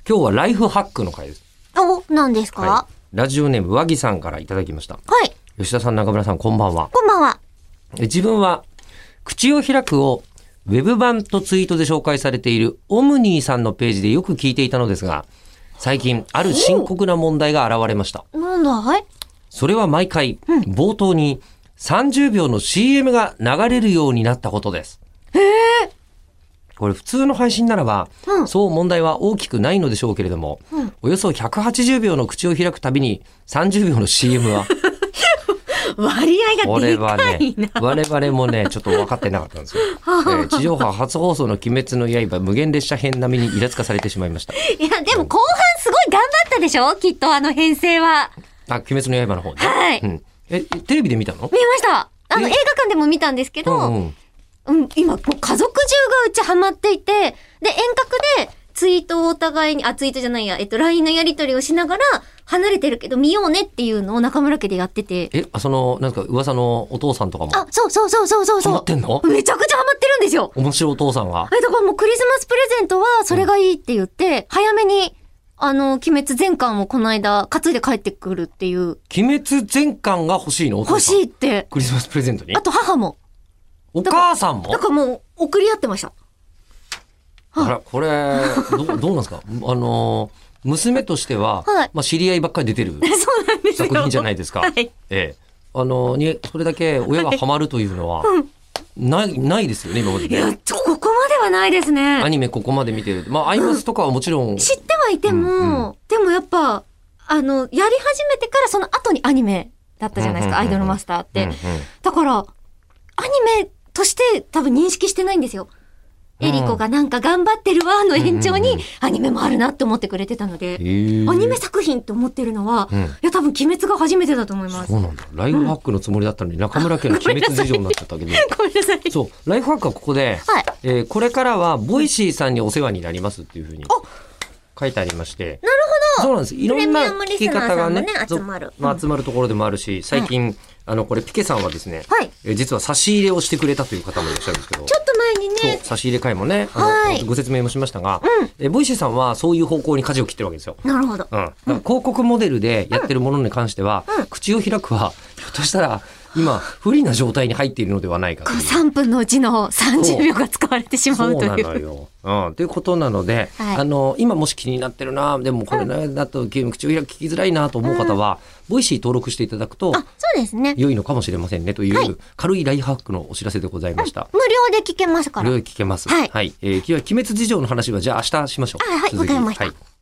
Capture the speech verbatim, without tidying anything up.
今日はライフハックの回です。 お、何ですか？ はい、ラジオネーム和木さんからいただきました。 はい。 吉田さん、中村さん、こんばんは。 こんばんは。 自分は口を開くをウェブ版とツイートで紹介されているオムニーさんのページでよく聞いていたのですが、最近ある深刻な問題が現れました。 なんだい？ それは毎回、 うん、 冒頭にさんじゅうびょうの シーエム が流れるようになったことです。 へー。 これ普通の配信ならば、 うん、 そう問題は大きくないのでしょうけれども、うん、およそひゃくはちじゅうびょうの口を開くたびにさんじゅうびょうの シーエム は割合がでかいな。 これはね、我々もねちょっと分かってなかったんですよ、えー、地上波初放送の鬼滅の刃無限列車編並みにイラつかされてしまいました。いやでも後半すごい頑張ったでしょ、きっとあの編成は。 あ、鬼滅の刃の方ね。 はい、 うん、えテレビで見たの？ 見ました。あの映画館でも見たんですけど、うんうんうん、今もう家族中がうちハマっていて、で遠隔でツイートをお互いに、あ、ツイートじゃないや、えっと ライン のやり取りをしながら離れてるけど見ようねっていうのを中村家でやってて。 え、あ、そのなんか噂のお父さんとかも。 あ、そうそうそうそうそうそう。 ハマってんの？ めちゃくちゃハマってるんですよ。 面白いお父さんは。 え、だからもうクリスマスプレゼントはそれがいいって言って、うん、早めにあの鬼滅全巻をこの間担いで帰ってくるっていう。 鬼滅全巻が欲しいの？お父さん。 欲しいって。 クリスマスプレゼントに。 あと母も。 お母さんも？ だからもう送り合ってました。 あら、これど, どうなんですか？あの娘としては、はい、まあ知り合いばっかり出てる作品じゃないですか。はい、ええ、あのにそれだけ親がハマるというのは、はい、ないないですよね今まで。 いや、ここまではないですね。 アニメここまで見てる。まあアイマスとかはもちろん、うん、 知ってはいても、うんうん、でもやっぱあのやり始めてからその後にアニメだったじゃないですか、うんうんうん、アイドルマスターって、うんうん、だからアニメとして多分認識してないんですよ。エリコがなんか頑張ってるわの延長にアニメもあるなって思ってくれてたので、うん、アニメ作品って思ってるのは、うん、いや多分鬼滅が初めてだと思います。 そうなんだ。ライフハックのつもりだったのに、うん、中村家の鬼滅事情になっちゃったけど。 ごめんなさい。 そう、ライフハックはここで、はい、えー、これからはボイシーさんにお世話になりますっていうふうに書いてありまして。 なるほど。 そうなんです。いろんな聞き方がね、 ね集まる、 まあ、集まるところでもあるし、最近、はい、あのこれピケさんはですね、 はい、 え実は差し入れをしてくれたという方もいらっしゃるんですけど、 ちょっと前にね、 そう差し入れ会もね、あの、はい、ご説明もしましたが、うん、えボイシーさんはそういう方向に舵を切ってるわけですよ。 なるほど。 うん、だから広告モデルでやってるものに関しては、うん、口を開くはひょっとしたら今不利な状態に入っているのではないかという。 さんぷんのうちのさんじゅうびょうが使われてしまうという。 そうなのよ。うん、ということなので、はい、あの今もし気になってるな、でもこれ、ね、だと口を開く聞きづらいなと思う方は、うん、ボイシー登録していただくと、 あ、そうですね、 良いのかもしれませんねという軽いライフハックのお知らせでございました。 うん、無料で聞けますから。 無料で聞けます。 はい。 はい、えー、今日は鬼滅事情の話はじゃあ明日しましょう。 はい、はい、わかりました。はい。